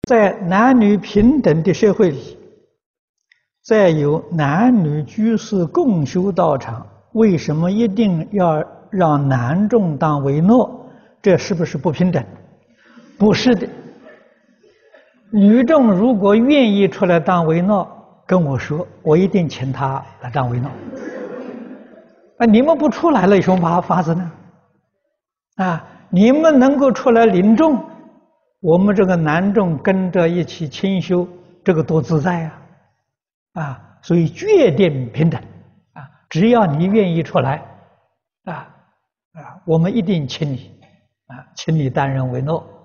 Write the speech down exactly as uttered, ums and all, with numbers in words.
在男女平等的社会里，再有男女居士共修道场，为什么一定要让男众当维诺？这是不是不平等？不是的。女众如果愿意出来当维诺，跟我说，我一定请她来当维诺。啊，你们不出来了有什么法法子呢？啊，你们能够出来领众，我们这个男众跟着一起清修，这个多自在呀！啊，所以决定平等啊！只要你愿意出来，啊啊，我们一定请你啊，请你担任维诺。